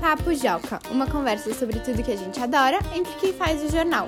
Papo Joca, uma conversa sobre tudo que a gente adora entre quem faz o jornal.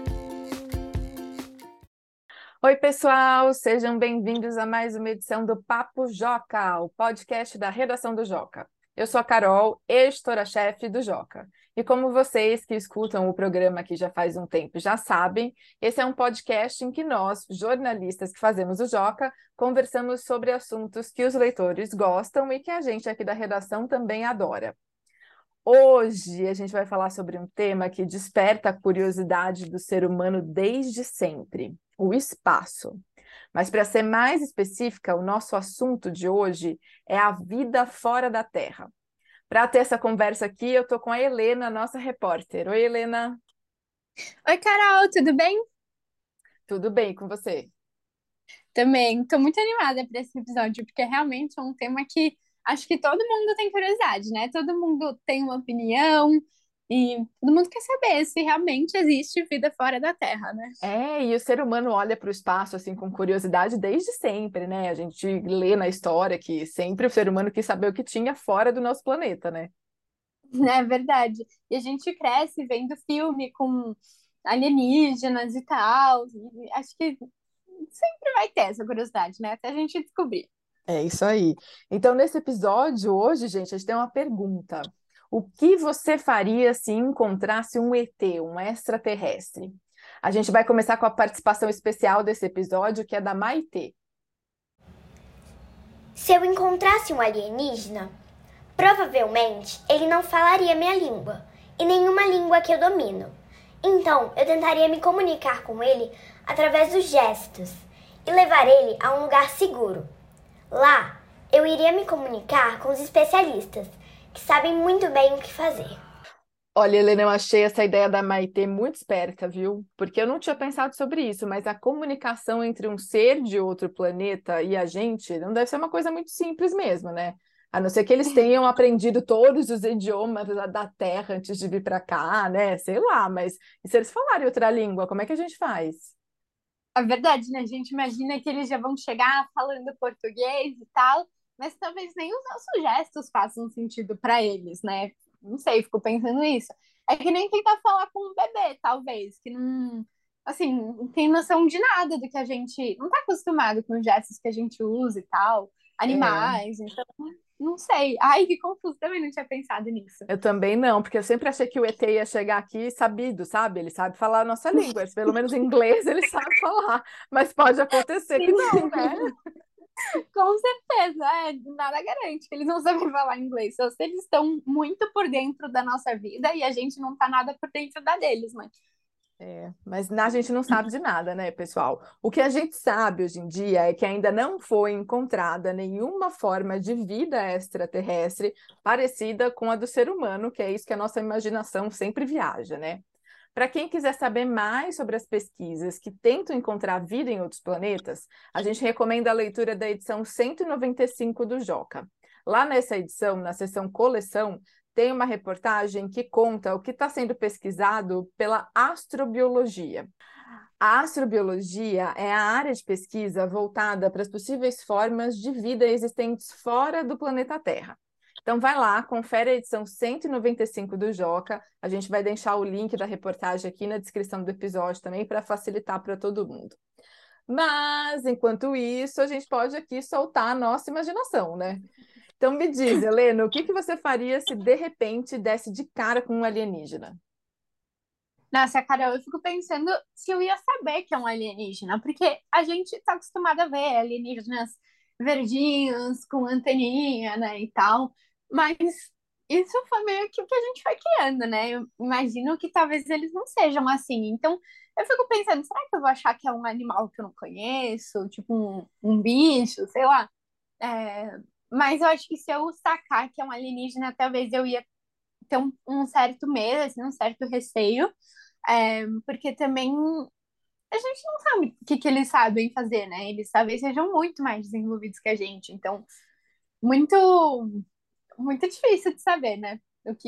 Oi, pessoal, sejam bem-vindos a mais uma edição do Papo Joca, o podcast da redação do Joca. Eu sou a Carol, editora-chefe do Joca. E como vocês que escutam o programa aqui já faz um tempo já sabem, esse é um podcast em que nós, jornalistas que fazemos o Joca, conversamos sobre assuntos que os leitores gostam e que a gente aqui da redação também adora. Hoje a gente vai falar sobre um tema que desperta a curiosidade do ser humano desde sempre, o espaço. Mas para ser mais específica, o nosso assunto de hoje é a vida fora da Terra. Para ter essa conversa aqui, eu estou com a Helena, nossa repórter. Oi, Helena. Oi, Carol, tudo bem? Tudo bem com você? Também, estou muito animada para esse episódio, porque realmente é um tema que acho que todo mundo tem curiosidade, né? Todo mundo tem uma opinião e todo mundo quer saber se realmente existe vida fora da Terra, né? E o ser humano olha para o espaço assim com curiosidade desde sempre, né? A gente lê na história que sempre o ser humano quis saber o que tinha fora do nosso planeta, né? É verdade. E a gente cresce vendo filme com alienígenas e tal. E acho que sempre vai ter essa curiosidade, né? Até a gente descobrir. É isso aí. Então, nesse episódio, hoje, gente, a gente tem uma pergunta. O que você faria se encontrasse um ET, um extraterrestre? A gente vai começar com a participação especial desse episódio, que é da Maitê. Se eu encontrasse um alienígena, provavelmente ele não falaria minha língua e nenhuma língua que eu domino. Então, eu tentaria me comunicar com ele através dos gestos e levar ele a um lugar seguro. Lá, eu iria me comunicar com os especialistas, que sabem muito bem o que fazer. Olha, Helena, eu achei essa ideia da Maitê muito esperta, viu? Porque eu não tinha pensado sobre isso, mas a comunicação entre um ser de outro planeta e a gente não deve ser uma coisa muito simples mesmo, né? A não ser que eles tenham aprendido todos os idiomas da Terra antes de vir para cá, né? Sei lá, mas e se eles falarem outra língua, como é que a gente faz? É verdade, né? A gente imagina que eles já vão chegar falando português e tal, mas talvez nem os nossos gestos façam sentido para eles, né? Não sei, fico pensando nisso. É que nem tentar falar com um bebê, talvez, que não, assim, não tem noção de nada do que a gente não tá acostumado com os gestos que a gente usa e tal, É. animais, então não sei. Ai, que confuso, também não tinha pensado nisso. Eu também não, porque eu sempre achei que o ET ia chegar aqui sabido, sabe? Ele sabe falar a nossa língua, pelo menos em inglês ele sabe falar, mas pode acontecer que não, né? Com certeza, nada garante que eles não sabem falar inglês. Só se eles estão muito por dentro da nossa vida e a gente não tá nada por dentro da deles, mas Mas a gente não sabe de nada, né, pessoal? O que a gente sabe hoje em dia é que ainda não foi encontrada nenhuma forma de vida extraterrestre parecida com a do ser humano, que é isso que a nossa imaginação sempre viaja, né? Para quem quiser saber mais sobre as pesquisas que tentam encontrar vida em outros planetas, a gente recomenda a leitura da edição 195 do Joca. Lá nessa edição, na seção Coleção, tem uma reportagem que conta o que está sendo pesquisado pela astrobiologia. A astrobiologia é a área de pesquisa voltada para as possíveis formas de vida existentes fora do planeta Terra. Então vai lá, confere a edição 195 do Joca. A gente vai deixar o link da reportagem aqui na descrição do episódio também para facilitar para todo mundo. Mas, enquanto isso, a gente pode aqui soltar a nossa imaginação, né? Então me diz, Helena, o que que você faria se de repente desse de cara com um alienígena? nossa, Carol, eu fico pensando se eu ia saber que é um alienígena, porque a gente tá acostumado a ver alienígenas verdinhos, com anteninha, né, e tal, mas isso foi meio que o que a gente foi criando, né? Eu imagino que talvez eles não sejam assim. Então, eu fico pensando, será que eu vou achar que é um animal que eu não conheço, tipo um bicho, sei lá? É, mas eu acho que se eu sacar que é um alienígena, talvez eu ia ter um certo medo, assim, um certo receio, porque também a gente não sabe o que eles sabem fazer, né? Eles talvez sejam muito mais desenvolvidos que a gente, então muito, muito difícil de saber, né?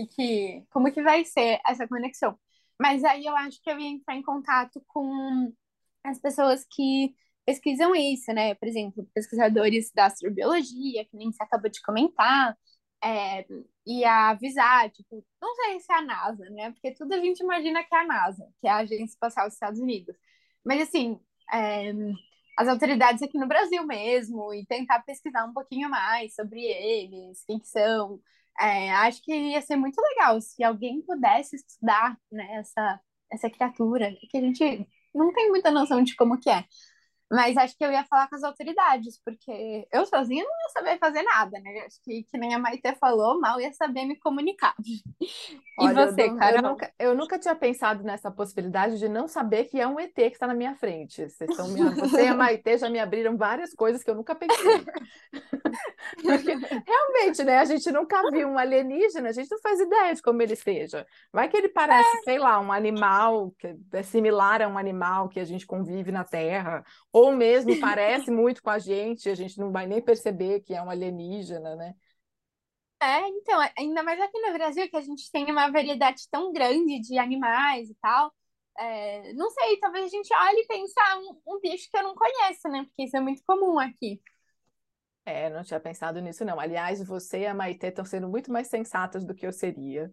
Como que vai ser essa conexão. Mas aí eu acho que eu ia entrar em contato com as pessoas que pesquisam isso, né? Por exemplo, pesquisadores da astrobiologia, que nem você acabou de comentar, ia avisar, tipo, não sei se é a NASA, né? Porque tudo a gente imagina que é a NASA, que é a Agência Espacial dos Estados Unidos. Mas, assim, é, as autoridades aqui no Brasil mesmo, e tentar pesquisar um pouquinho mais sobre eles, quem que são. Acho que ia ser muito legal se alguém pudesse estudar, né, essa criatura, que a gente não tem muita noção de como que é. Mas acho que eu ia falar com as autoridades, porque eu sozinha não ia saber fazer nada, né? Acho que nem a Maite falou, mal ia saber me comunicar. E Olha, você, Carol? eu nunca tinha pensado nessa possibilidade de não saber que é um ET que está na minha frente. Você e a Maitê já me abriram várias coisas que eu nunca pensei. Porque realmente, né, a gente nunca viu um alienígena, a gente não faz ideia de como ele seja. Vai que ele parece, sei lá, um animal que é similar a um animal que a gente convive na Terra, ou mesmo parece muito com a gente não vai nem perceber que é um alienígena, né? Então, ainda mais aqui no Brasil, que a gente tem uma variedade tão grande de animais e tal. Não sei, talvez a gente olhe e pense, um bicho que eu não conheço, né? Porque isso é muito comum aqui. É, não tinha pensado nisso, não. Aliás, você e a Maitê estão sendo muito mais sensatas do que eu seria.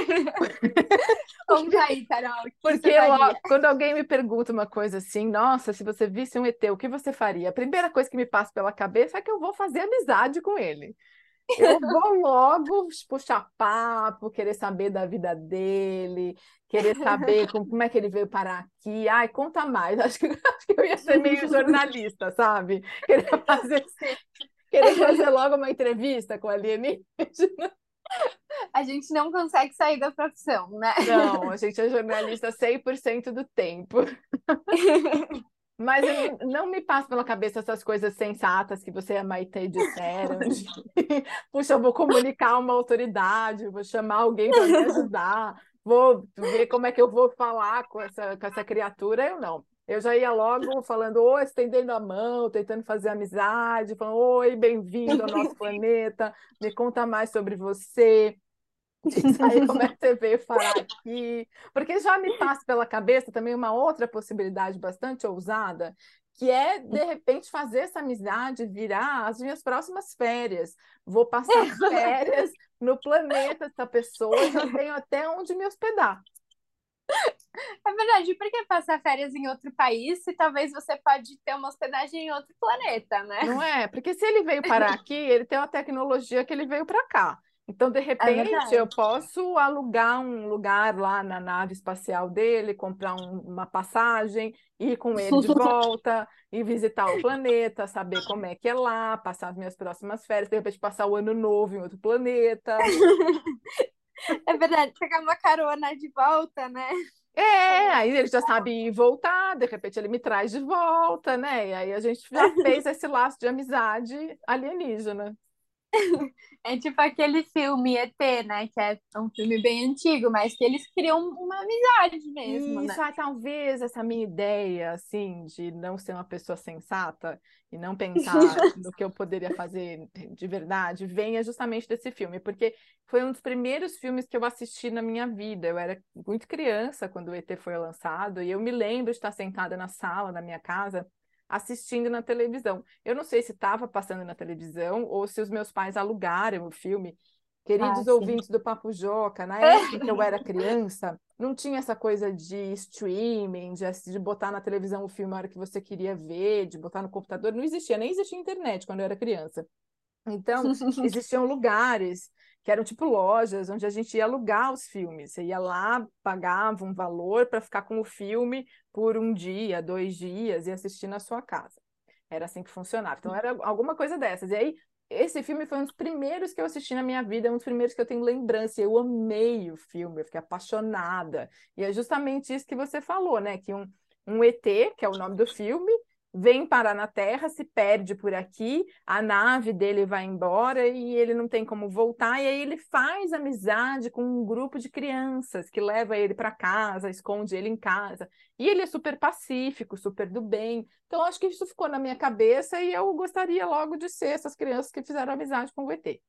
Conta aí, Carol, o que Porque você faria? quando alguém me pergunta uma coisa assim, nossa, se você visse um ET, o que você faria? A primeira coisa que me passa pela cabeça é que eu vou fazer amizade com ele. Eu vou logo puxar papo, querer saber da vida dele, querer saber como é que ele veio parar aqui. Ai, conta mais. Acho que eu ia ser meio jornalista, sabe? Querer fazer, querer fazer logo uma entrevista com a alienígena. A gente não consegue sair da profissão, né? Não, a gente é jornalista 100% do tempo. Mas não me passa pela cabeça essas coisas sensatas que você e a Maitê disseram. Puxa, eu vou comunicar uma autoridade, vou chamar alguém para me ajudar, vou ver como é que eu vou falar com essa criatura. Eu não. Eu já ia logo falando, oi, estendendo a mão, tentando fazer amizade, falando, oi, bem-vindo ao nosso planeta, me conta mais sobre você. Diz aí como é que você veio parar aqui. Porque já me passa pela cabeça também uma outra possibilidade bastante ousada, que é, de repente, fazer essa amizade virar as minhas próximas férias. Vou passar férias no planeta dessa pessoa, já tenho até onde me hospedar. É verdade, por que passar férias em outro país se talvez você pode ter uma hospedagem em outro planeta, né? Não é? Porque se ele veio parar aqui, ele tem uma tecnologia que ele veio para cá. Então, de É repente, eu verdade. posso alugar um lugar lá na nave espacial dele, comprar uma passagem, ir com ele de volta, e visitar o planeta, saber como é que é lá, passar as minhas próximas férias, de repente passar o ano novo em outro planeta. É verdade, pegar uma carona de volta, né? É, aí ele já sabe ir e voltar, de repente ele me traz de volta, né? E aí a gente já fez esse laço de amizade alienígena. É tipo aquele filme ET, né? Que é um filme bem antigo, mas que eles criam uma amizade mesmo, né? Isso, talvez essa minha ideia, assim, de não ser uma pessoa sensata e não pensar no que eu poderia fazer de verdade, venha justamente desse filme, porque foi um dos primeiros filmes que eu assisti na minha vida. Eu era muito criança quando o ET foi lançado, e eu me lembro de estar sentada na sala da minha casa assistindo na televisão. Eu não sei se estava passando na televisão ou se os meus pais alugaram o filme. Ah, Queridos sim. ouvintes do Papo Joca, na época que eu era criança, não tinha essa coisa de streaming, de botar na televisão o filme na hora que você queria ver, de botar no computador. Não existia, nem existia internet quando eu era criança. Então, existiam lugares que eram tipo lojas, onde a gente ia alugar os filmes. Você ia lá, pagava um valor para ficar com o filme por um dia, 2 dias e assistir na sua casa. Era assim que funcionava. Então, era alguma coisa dessas. E aí, esse filme foi um dos primeiros que eu assisti na minha vida, é um dos primeiros que eu tenho lembrança. Eu amei o filme, eu fiquei apaixonada. E é justamente isso que você falou, né? Que um ET, que é o nome do filme, vem parar na Terra, se perde por aqui, a nave dele vai embora e ele não tem como voltar, e aí ele faz amizade com um grupo de crianças que leva ele para casa, esconde ele em casa. E ele é super pacífico, super do bem. Então, acho que isso ficou na minha cabeça e eu gostaria logo de ser essas crianças que fizeram amizade com o ET.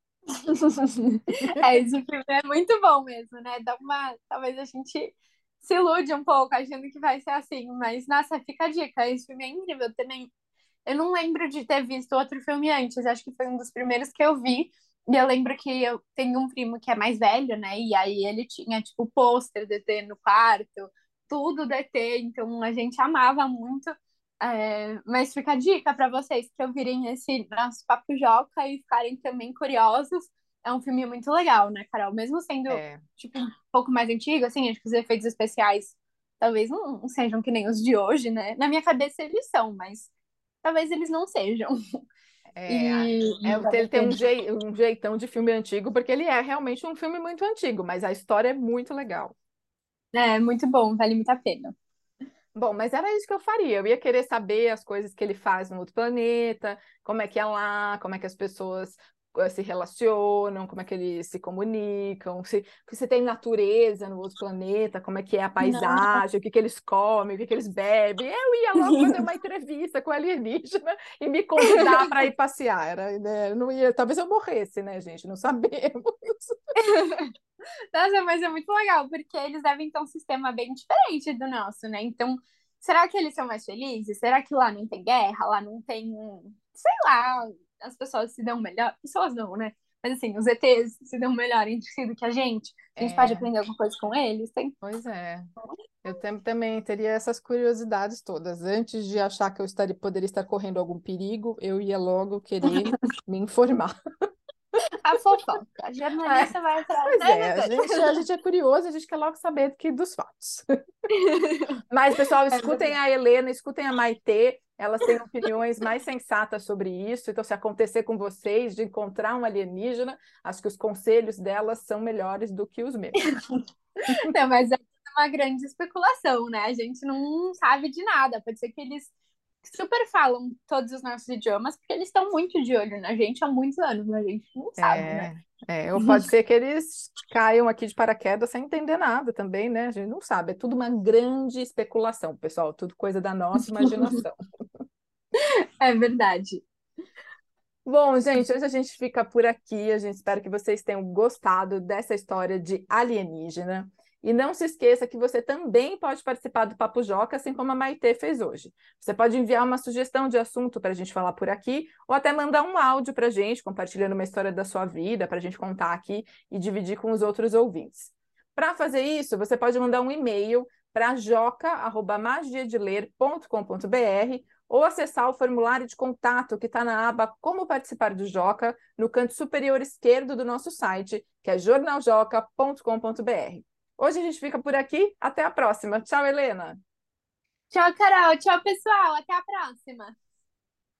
Esse filme é muito bom mesmo, né? Talvez a gente se ilude um pouco achando que vai ser assim, mas nossa, fica a dica, esse filme é incrível também. Eu não lembro de ter visto outro filme antes, acho que foi um dos primeiros que eu vi. E eu lembro que eu tenho um primo que é mais velho, né? E aí ele tinha, tipo, pôster do ET no quarto, tudo do ET, então a gente amava muito. Mas fica a dica para vocês que ouvirem esse nosso Papo Joca e ficarem também curiosos. É um filme muito legal, né, Carol? Mesmo sendo, É, tipo, um pouco mais antigo, assim, acho que os efeitos especiais talvez não sejam que nem os de hoje, né? Na minha cabeça eles são, mas talvez eles não sejam. é, E vale ele a tem pena. um jeitão de filme antigo, porque ele é realmente um filme muito antigo, mas a história é muito legal. É muito bom, vale muito a pena. Bom, mas era isso que eu faria. Eu ia querer saber as coisas que ele faz no outro planeta, como é que é lá, como é que as pessoas se relacionam, como é que eles se comunicam, se tem natureza no outro planeta, como é que é a Não. paisagem, o que que eles comem, o que que eles bebem. Eu ia logo fazer uma entrevista com o alienígena e me convidar para ir passear. Era, né, não ia, talvez eu morresse, né, gente? Não sabemos. Nossa, mas é muito legal, porque eles devem ter um sistema bem diferente do nosso, né? Então, será que eles são mais felizes? Será que lá não tem guerra? Lá não tem, sei lá, as pessoas se dão melhor? Pessoas não, né? Mas assim, os ETs se dão melhor entre si do que a gente. A gente pode É, aprender alguma coisa com eles, tem? pois é. Também teria essas curiosidades todas. Antes de achar que poderia estar correndo algum perigo, eu ia logo querer me informar. A fofoca. A É, jornalista vai atrás, pois né, é, meu Deus? a gente é curioso, a gente quer logo saber dos fatos. Mas, pessoal, É escutem verdade. a Helena, escutem a Maitê, elas têm opiniões mais sensatas sobre isso. Então, se acontecer com vocês de encontrar um alienígena, acho que os conselhos delas são melhores do que os meus. Não, mas é uma grande especulação, né? A gente não sabe de nada. Pode ser que eles super falam todos os nossos idiomas, porque eles estão muito de olho na gente há muitos anos, mas a gente não sabe, né? É, ou pode ser que eles caiam aqui de paraquedas sem entender nada também, né? A gente não sabe. É tudo uma grande especulação, pessoal. Tudo coisa da nossa imaginação. É verdade. Bom, gente, hoje a gente fica por aqui. A gente espera que vocês tenham gostado dessa história de alienígena. E não se esqueça que você também pode participar do Papo Joca, assim como a Maitê fez hoje. Você pode enviar uma sugestão de assunto para a gente falar por aqui, ou até mandar um áudio para a gente, compartilhando uma história da sua vida, para a gente contar aqui e dividir com os outros ouvintes. Para fazer isso, você pode mandar um e-mail para joca@magiadeler.com.br ou acessar o formulário de contato que está na aba Como Participar do Joca, no canto superior esquerdo do nosso site, que é jornaljoca.com.br. Hoje a gente fica por aqui, até a próxima. Tchau, Helena! Tchau, Carol. Tchau, pessoal. Até a próxima.